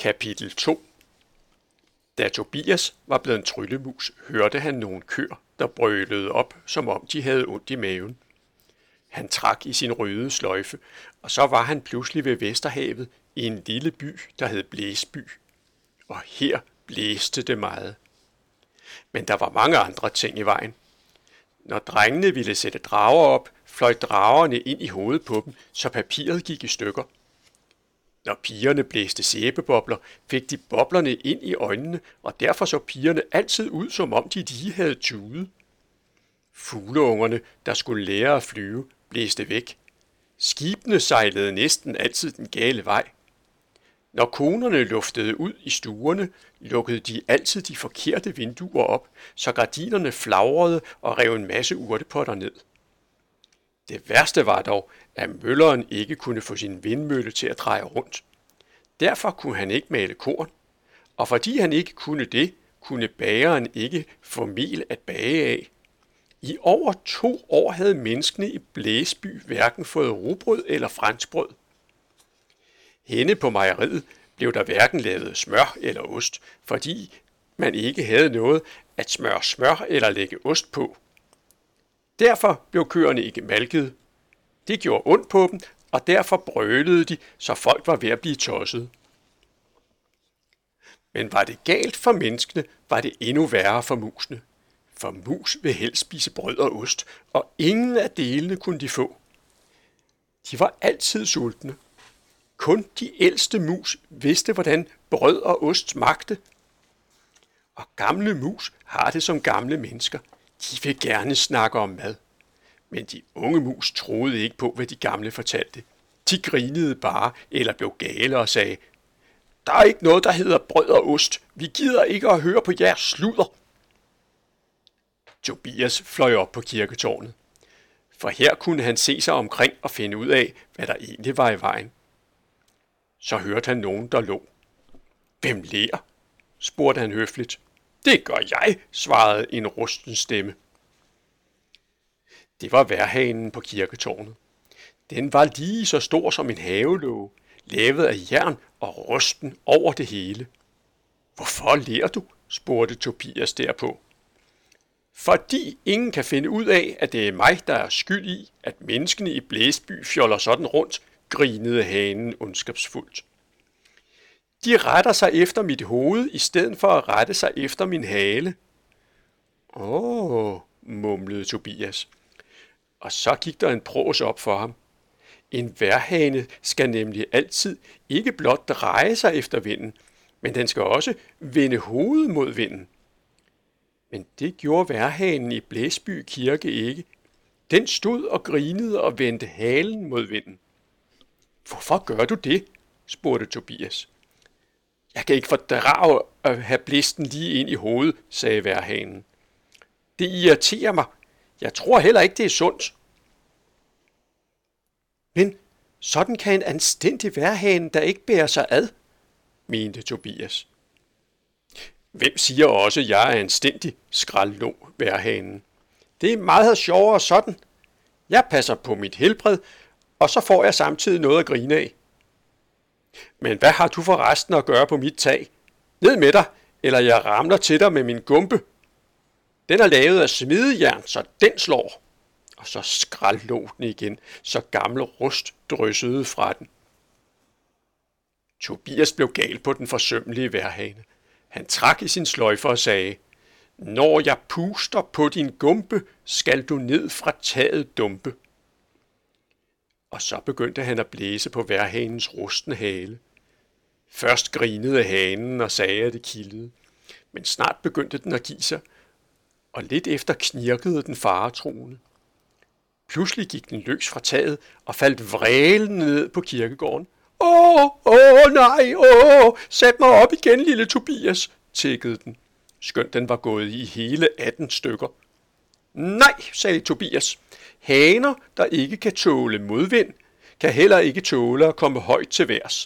Kapitel 2. Da Tobias var blevet en tryllemus, hørte han nogle køer, der brølede op, som om de havde ondt i maven. Han trak i sin røde sløjfe, og så var han pludselig ved Vesterhavet i en lille by, der hed Blæsby. Og her blæste det meget. Men der var mange andre ting i vejen. Når drengene ville sætte drager op, fløj dragerne ind i hovedet på dem, så papiret gik i stykker. Når pigerne blæste sæbebobler, fik de boblerne ind i øjnene, og derfor så pigerne altid ud, som om de lige havde tudet. Fugleungerne, der skulle lære at flyve, blæste væk. Skibene sejlede næsten altid den gale vej. Når konerne luftede ud i stuerne, lukkede de altid de forkerte vinduer op, så gardinerne flagrede og rev en masse urtepotter ned. Det værste var dog, at mølleren ikke kunne få sin vindmølle til at dreje rundt. Derfor kunne han ikke male korn, og fordi han ikke kunne det, kunne bageren ikke få mel at bage af. I over 2 år havde menneskene i Blæsby hverken fået rugbrød eller franskbrød. Henne på mejeriet blev der hverken lavet smør eller ost, fordi man ikke havde noget at smøre smør eller lægge ost på. Derfor blev køerne ikke malket. Det gjorde ondt på dem, og derfor brølede de, så folk var ved at blive tosset. Men var det galt for menneskene, var det endnu værre for musene. For mus vil helst spise brød og ost, og ingen af delene kunne de få. De var altid sultne. Kun de ældste mus vidste, hvordan brød og ost smagte. Og gamle mus har det som gamle mennesker. De vil gerne snakke om mad. Men de unge mus troede ikke på, hvad de gamle fortalte. De grinede bare eller blev gale og sagde, "Der er ikke noget, der hedder brød og ost. Vi gider ikke at høre på jeres sludder." Tobias fløj op på kirketårnet. For her kunne han se sig omkring og finde ud af, hvad der egentlig var i vejen. Så hørte han nogen, der lå. "Hvem ler?" spurgte han høfligt. "Det gør jeg," svarede en rusten stemme. Det var vejrhanen på kirketårnet. Den var lige så stor som en havelåge, lavet af jern og rusten over det hele. "Hvorfor ler du?" spurgte Tobias derpå. "Fordi ingen kan finde ud af, at det er mig, der er skyld i, at menneskene i Blæsby fjoller sådan rundt," grinede hanen ondskabsfuldt. "De retter sig efter mit hoved, i stedet for at rette sig efter min hale." Mumlede Tobias. Og så gik der en prås op for ham. En vejrhane skal nemlig altid ikke blot dreje sig efter vinden, men den skal også vende hovedet mod vinden. Men det gjorde vejrhanen i Blæsby kirke ikke. Den stod og grinede og vendte halen mod vinden. "Hvorfor gør du det?" spurgte Tobias. "Jeg kan ikke fordrage at have blæsten lige ind i hovedet," sagde vejrhanen. "Det irriterer mig. Jeg tror heller ikke, det er sundt." "Men sådan kan en anstændig vejrhane der ikke bære sig ad," mente Tobias. "Hvem siger også, at jeg er anstændig?" skraldlå vejrhanen. "Det er meget sjovere sådan. Jeg passer på mit helbred, og så får jeg samtidig noget at grine af." "Men hvad har du for resten at gøre på mit tag? Ned med dig, eller jeg ramler til dig med min gumpe. Den er lavet af smedejern, så den slår." Og så skraldlå den igen, så gammel rust dryssede fra den. Tobias blev gal på den forsømmelige vejrhane. Han trak i sin sløjfe og sagde, "Når jeg puster på din gumpe, skal du ned fra taget dumpe." Og så begyndte han at blæse på vejrhanens rustne hale. Først grinede hanen og sagde, at det kildede, men snart begyndte den at give sig, og lidt efter knirkede den faretruende. Pludselig gik den løs fra taget og faldt vrælende ned på kirkegården. Nej, sæt mig op igen, lille Tobias," tikkede den, skønt den var gået i hele 18 stykker. "Nej," sagde Tobias, "haner, der ikke kan tåle modvind, kan heller ikke tåle at komme højt til værs."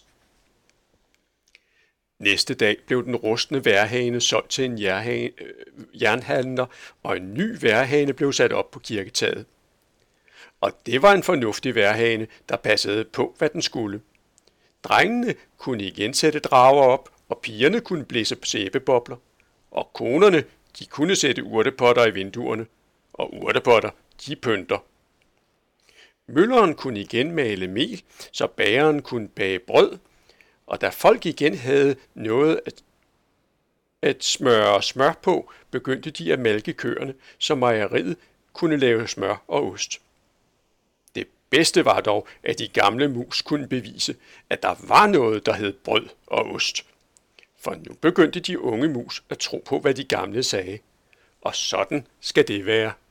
Næste dag blev den rustne vejrhane solgt til en jernhandler, og en ny vejrhane blev sat op på kirketaget. Og det var en fornuftig vejrhane, der passede på, hvad den skulle. Drengene kunne igen sætte drager op, og pigerne kunne blæse sæbebobler. Og konerne, de kunne sætte urtepotter i vinduerne, og urtepotter, de pynter. Mølleren kunne igen male mel, så bageren kunne bage brød, og da folk igen havde noget at smøre smør på, begyndte de at malke køerne, så mejeriet kunne lave smør og ost. Det bedste var dog, at de gamle mus kunne bevise, at der var noget, der hed brød og ost. For nu begyndte de unge mus at tro på, hvad de gamle sagde. Og sådan skal det være.